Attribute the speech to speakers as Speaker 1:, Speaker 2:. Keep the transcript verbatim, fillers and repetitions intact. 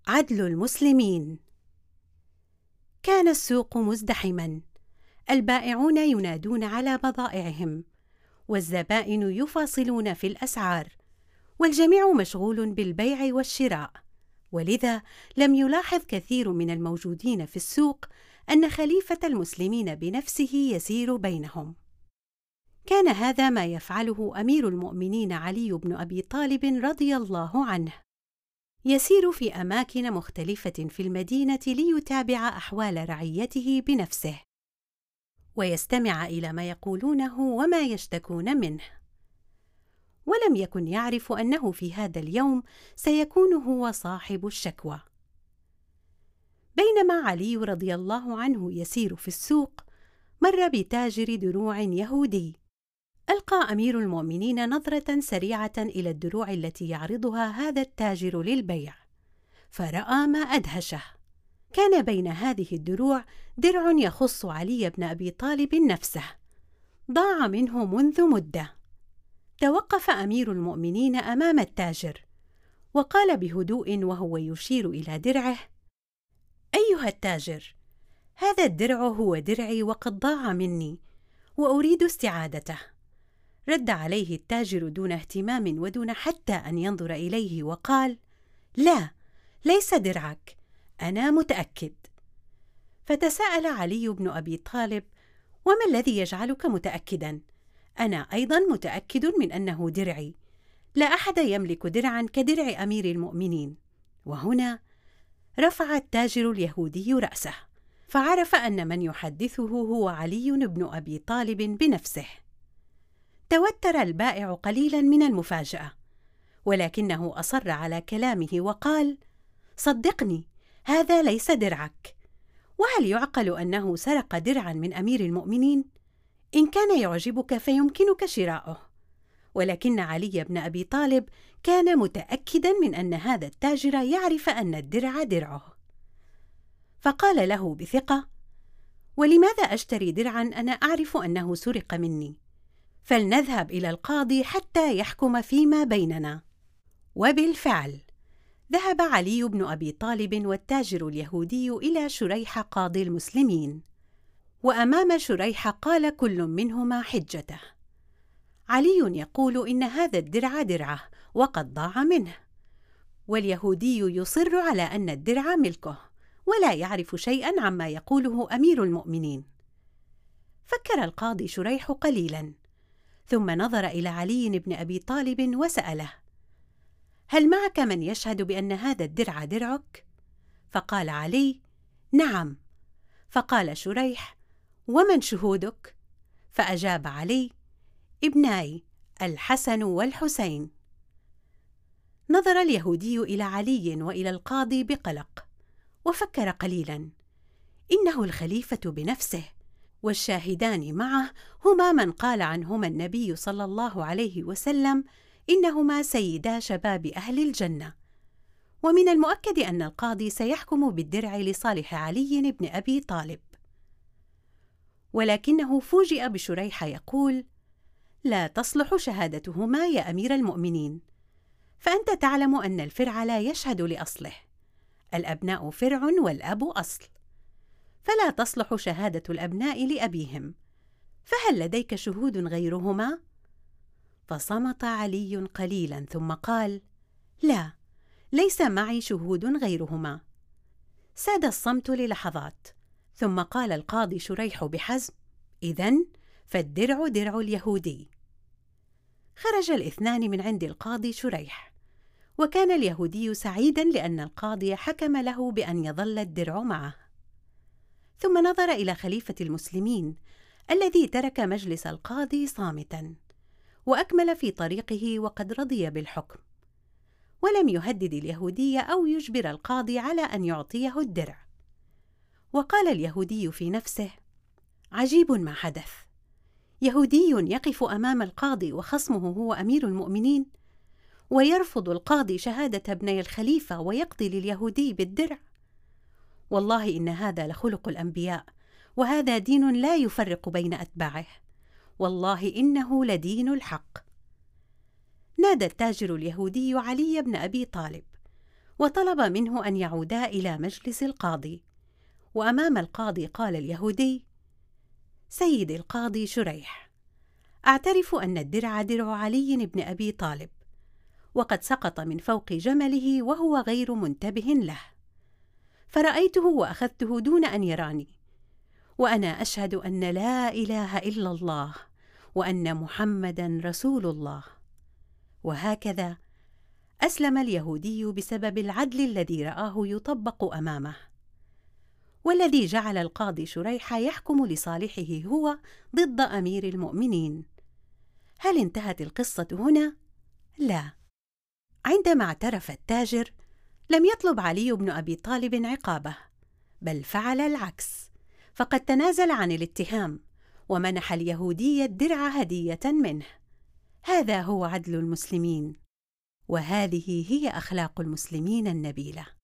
Speaker 1: عدل المسلمين. كان السوق مزدحماً، البائعون ينادون على بضائعهم، والزبائن يفاصلون في الأسعار، والجميع مشغول بالبيع والشراء، ولذا لم يلاحظ كثير من الموجودين في السوق أن خليفة المسلمين بنفسه يسير بينهم. كان هذا ما يفعله أمير المؤمنين علي بن أبي طالب رضي الله عنه، يسير في أماكن مختلفة في المدينة ليتابع أحوال رعيته بنفسه، ويستمع إلى ما يقولونه وما يشتكون منه. ولم يكن يعرف أنه في هذا اليوم سيكون هو صاحب الشكوى. بينما علي رضي الله عنه يسير في السوق، مر بتاجر دروع يهودي. ألقى أمير المؤمنين نظرة سريعة إلى الدروع التي يعرضها هذا التاجر للبيع، فرأى ما أدهشه. كان بين هذه الدروع درع يخص علي بن أبي طالب نفسه، ضاع منه منذ مدة. توقف أمير المؤمنين أمام التاجر، وقال بهدوء وهو يشير إلى درعه: أيها التاجر، هذا الدرع هو درعي وقد ضاع مني، وأريد استعادته. رد عليه التاجر دون اهتمام ودون حتى أن ينظر إليه، وقال: لا، ليس درعك، أنا متأكد. فتساءل علي بن أبي طالب: وما الذي يجعلك متأكدا؟ أنا أيضا متأكد من أنه درعي، لا أحد يملك درعا كدرع أمير المؤمنين. وهنا رفع التاجر اليهودي رأسه، فعرف أن من يحدثه هو علي بن أبي طالب بنفسه. توتر البائع قليلا من المفاجأة، ولكنه أصر على كلامه وقال: صدقني، هذا ليس درعك. وهل يعقل أنه سرق درعا من أمير المؤمنين؟ إن كان يعجبك فيمكنك شراؤه. ولكن علي بن أبي طالب كان متأكدا من أن هذا التاجر يعرف أن الدرع درعه، فقال له بثقة: ولماذا أشتري درعا أنا أعرف أنه سرق مني؟ فلنذهب إلى القاضي حتى يحكم فيما بيننا. وبالفعل ذهب علي بن أبي طالب والتاجر اليهودي إلى شريح قاضي المسلمين، وأمام شريح قال كل منهما حجته. علي يقول إن هذا الدرع درعه وقد ضاع منه، واليهودي يصر على أن الدرع ملكه ولا يعرف شيئا عما يقوله أمير المؤمنين. فكر القاضي شريح قليلا، ثم نظر إلى علي بن أبي طالب وسأله: هل معك من يشهد بأن هذا الدرع درعك؟ فقال علي: نعم. فقال شريح: ومن شهودك؟ فأجاب علي: ابناي الحسن والحسين. نظر اليهودي إلى علي وإلى القاضي بقلق، وفكر قليلا: إنه الخليفة بنفسه، والشاهدان معه هما من قال عنهما النبي صلى الله عليه وسلم إنهما سيدا شباب أهل الجنة، ومن المؤكد أن القاضي سيحكم بالدرع لصالح علي بن أبي طالب. ولكنه فوجئ بشريح يقول: لا تصلح شهادتهما يا أمير المؤمنين، فأنت تعلم أن الفرع لا يشهد لأصله، الأبناء فرع والأب أصل، فلا تصلح شهادة الأبناء لأبيهم، فهل لديك شهود غيرهما؟ فصمت علي قليلا ثم قال: لا، ليس معي شهود غيرهما. ساد الصمت للحظات، ثم قال القاضي شريح بحزم: إذن فالدرع درع اليهودي. خرج الاثنان من عند القاضي شريح، وكان اليهودي سعيدا لأن القاضي حكم له بأن يظل الدرع معه. ثم نظر إلى خليفة المسلمين الذي ترك مجلس القاضي صامتا، وأكمل في طريقه وقد رضي بالحكم، ولم يهدد اليهودي أو يجبر القاضي على أن يعطيه الدرع. وقال اليهودي في نفسه: عجيب ما حدث، يهودي يقف أمام القاضي وخصمه هو أمير المؤمنين، ويرفض القاضي شهادة ابني الخليفة ويقضي لليهودي بالدرع. والله إن هذا لخلق الأنبياء، وهذا دين لا يفرق بين أتباعه، والله إنه لدين الحق. نادى التاجر اليهودي علي بن أبي طالب، وطلب منه أن يعودا إلى مجلس القاضي. وأمام القاضي قال اليهودي: سيدي القاضي شريح، أعترف أن الدرع درع علي بن أبي طالب، وقد سقط من فوق جمله وهو غير منتبه له، فرأيته وأخذته دون أن يراني، وأنا أشهد أن لا إله إلا الله وأن محمدًا رسول الله. وهكذا أسلم اليهودي بسبب العدل الذي رآه يطبق أمامه، والذي جعل القاضي شريح يحكم لصالحه هو ضد أمير المؤمنين. هل انتهت القصة هنا؟ لا. عندما اعترف التاجر لم يطلب علي بن أبي طالب عقابه، بل فعل العكس، فقد تنازل عن الاتهام ومنح اليهودي الدرع هدية منه. هذا هو عدل المسلمين، وهذه هي أخلاق المسلمين النبيلة.